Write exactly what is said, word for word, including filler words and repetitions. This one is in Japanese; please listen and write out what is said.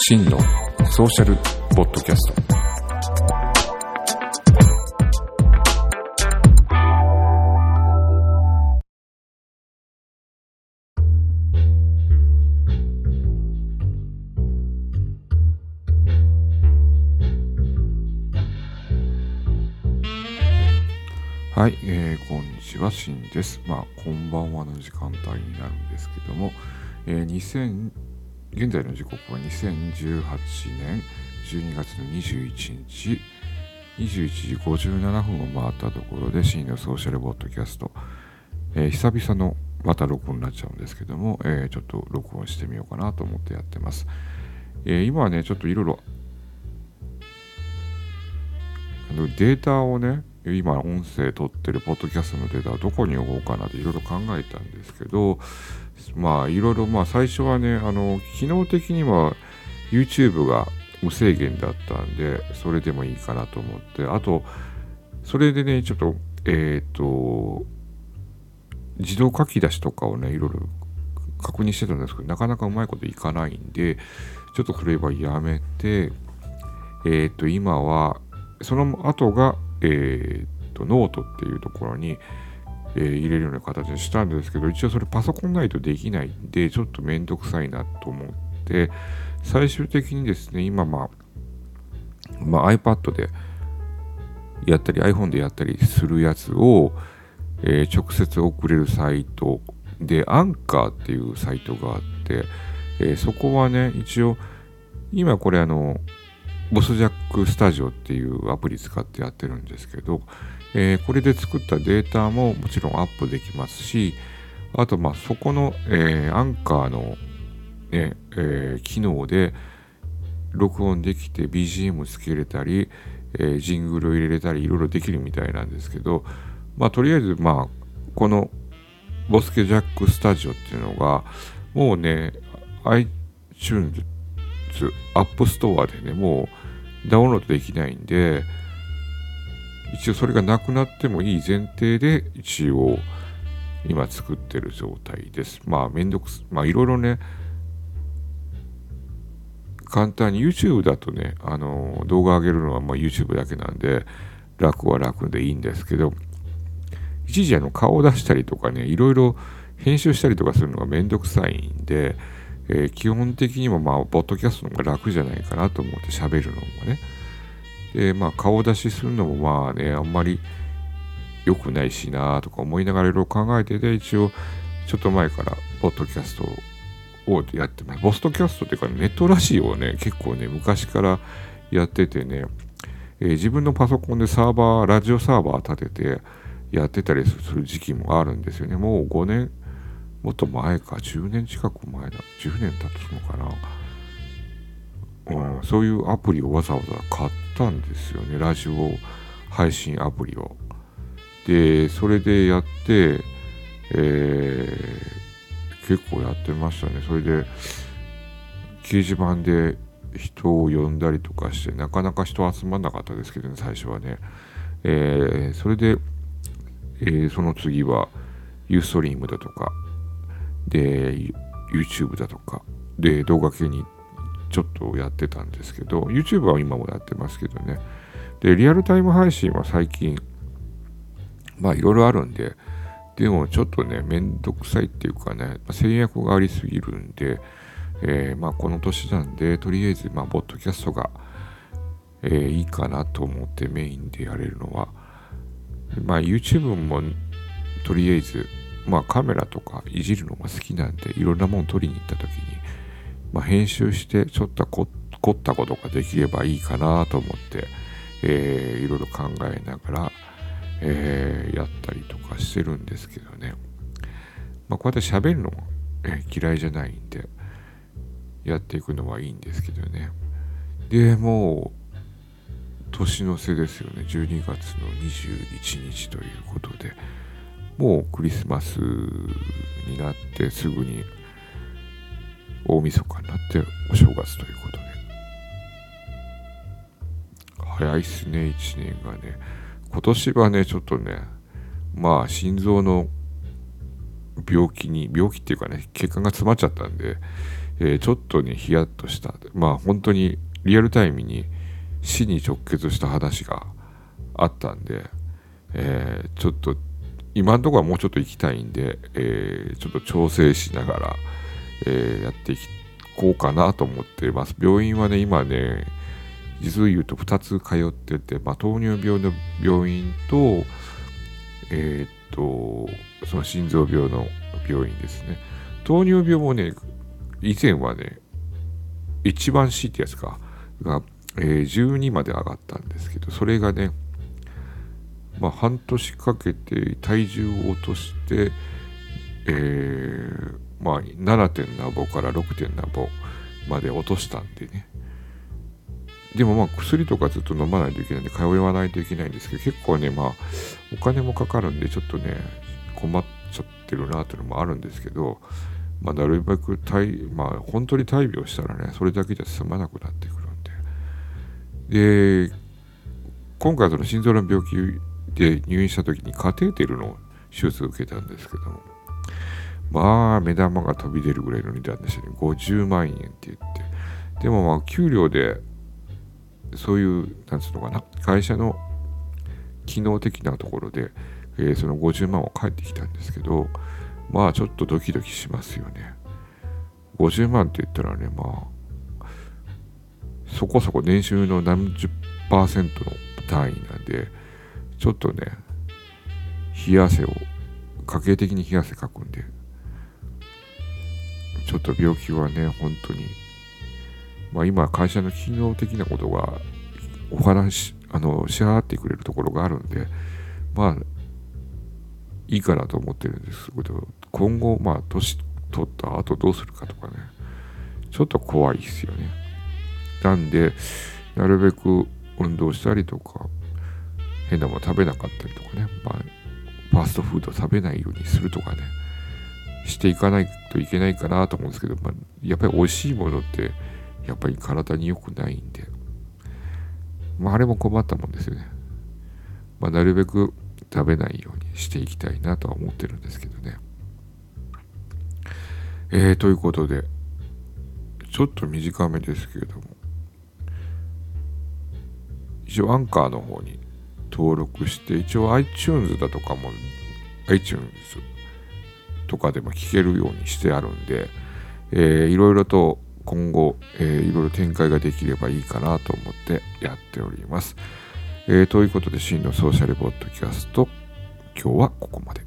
真のソーシャルポッドキャスト。はい、えー、こんにちは、しんです。まあ、こんばんはの時間帯になるんですけども、えー、にせん現在の時刻はにせんじゅうはちねんじゅうにがつのにじゅういちにちにじゅういちじごじゅうななふんを回ったところで、真のソーシャルポッドキャスト、えー、久々のまた録音になっちゃうんですけども、えー、ちょっと録音してみようかなと思ってやってます。えー、今はね、ちょっといろいろデータをね、今音声取ってるポッドキャストのデータはどこに置こうかなっていろいろ考えたんですけど、まあいろいろ、まあ最初はね、あの機能的には YouTube が無制限だったんで、それでもいいかなと思って、あとそれでね、ちょっとえっと自動書き出しとかをね、いろいろ確認してたんですけど、なかなかうまいこといかないんで、ちょっとそれはやめて、えっと今はその後が、えー、とノートっていうところに、えー、入れるような形にしたんですけど、一応それパソコンないとできないんで、ちょっとめんどくさいなと思って、最終的にですね、今、まあ、まあ iPad でやったり iPhone でやったりするやつを、えー、直接送れるサイトで、アンカーっていうサイトがあって、えー、そこはね、一応今これあのボスジャックスタジオっていうアプリ使ってやってるんですけど、えー、これで作ったデータももちろんアップできますし、あとまあそこの、えー、アンカーの、ねえー、機能で録音できて ビージーエム つけれたり、えー、ジングルを入れれたりいろいろできるみたいなんですけど、まあとりあえずまあこのボスケジャックスタジオっていうのがもうね iTunesアップストアでね、もうダウンロードできないんで、一応それがなくなってもいい前提で一応今作ってる状態です。まあめんどくす、まあいろいろね、簡単に YouTube だとね、あの動画上げるのはまあ YouTube だけなんで楽は楽でいいんですけど、一時あの顔を出したりとかね、いろいろ編集したりとかするのがめんどくさいんで、えー、基本的にもまあポッドキャストの方が楽じゃないかなと思って喋るのもね。でまあ顔出しするのもまあね、あんまり良くないしなとか思いながらいろいろ考えてて、一応ちょっと前からポッドキャストをやってます。ポッドキャストっていうかネットラジオをね、結構ね昔からやっててね、えー、自分のパソコンでサーバーラジオサーバー立ててやってたりする時期もあるんですよね。もうごねんもっと前か、じゅうねん近く前だ、じゅうねん経つのかな、うん、そういうアプリをわざわざ買ったんですよね、ラジオ配信アプリを。でそれでやって、えー、結構やってましたね。それで掲示板で人を呼んだりとかして、なかなか人集まんなかったですけどね、最初はね。えー、それで、えー、その次はユーストリームだとかで YouTube だとかで動画系にちょっとやってたんですけど、 YouTube は今もやってますけどね。でリアルタイム配信は最近まあいろいろあるんで、でもちょっとねめんどくさいっていうかね、制約がありすぎるんで、えー、まあこの年なんでとりあえずまあポッドキャストが、えー、いいかなと思ってメインでやれるのは、まあ YouTube もとりあえずまあカメラとかいじるのが好きなんで、いろんなもの撮りに行った時に、まあ、編集してちょっと凝ったことができればいいかなと思って、えー、いろいろ考えながら、えー、やったりとかしてるんですけどね。まあこうやって喋るのも、えー、嫌いじゃないんでやっていくのはいいんですけどね。でもう年の瀬ですよね。じゅうにがつのにじゅういちにちということで、もうクリスマスになってすぐに大晦日になってお正月ということで、早いっすね、いちねんがね。今年はねちょっとね、まあ心臓の病気に病気っていうかね、血管が詰まっちゃったんで、 えー、ちょっとねヒヤッとした、まあ本当にリアルタイムに死に直結した話があったんで、えー、ちょっと今のところはもうちょっと行きたいんで、えー、ちょっと調整しながら、えー、やっていこうかなと思っています。病院はね今ね実を言うとふたつ通ってて、まあ、糖尿病の病院とえー、っとその心臓病の病院ですね。糖尿病もね以前はねいちばん C ってやつかが、えー、じゅうにまで上がったんですけど、それがねまあ半年かけて体重を落として、えー、まあ ななてん何ぼから ろくてん何ぼまで落としたんでね。でもまあ薬とかずっと飲まないといけないんで通わないといけないんですけど、結構ねまあお金もかかるんでちょっとね困っちゃってるなというのもあるんですけど、まあなるべく大まあ本当に大病したらねそれだけじゃ済まなくなってくるんで、で今回その心臓の病気で入院した時にカテーテルの手術を受けたんですけども、まあ目玉が飛び出るぐらいの値段でしたね。ごじゅうまんえんって言って、でもまあ給料でそういうなんつうのかな会社の機能的なところで、えー、そのごじゅうまんは返ってきたんですけど、まあちょっとドキドキしますよね。ごじゅうまんって言ったらねまあそこそこ年収の何十パーセントの単位なんで、ちょっとね冷や汗を家計的に冷や汗かくんで、ちょっと病気はね本当にまあ今会社の機能的なことがお話あの支払ってくれるところがあるんで、まあいいかなと思ってるんですけど、今後まあ年取った後どうするかとかねちょっと怖いですよね。なんでなるべく運動したりとか変なもの食べなかったりとかね、まあファーストフード食べないようにするとかねしていかないといけないかなと思うんですけど、まあ、やっぱり美味しいものってやっぱり体に良くないんで、まああれも困ったもんですよね。まあなるべく食べないようにしていきたいなとは思ってるんですけどね。えー、ということでちょっと短めですけれども、一応アンカーの方に登録して、一応 iTunes だとかも iTunes とかでも聞けるようにしてあるんで、えー、いろいろと今後、えー、いろいろ展開ができればいいかなと思ってやっております。えー、ということで真のソーシャルポッドキャスト今日はここまで。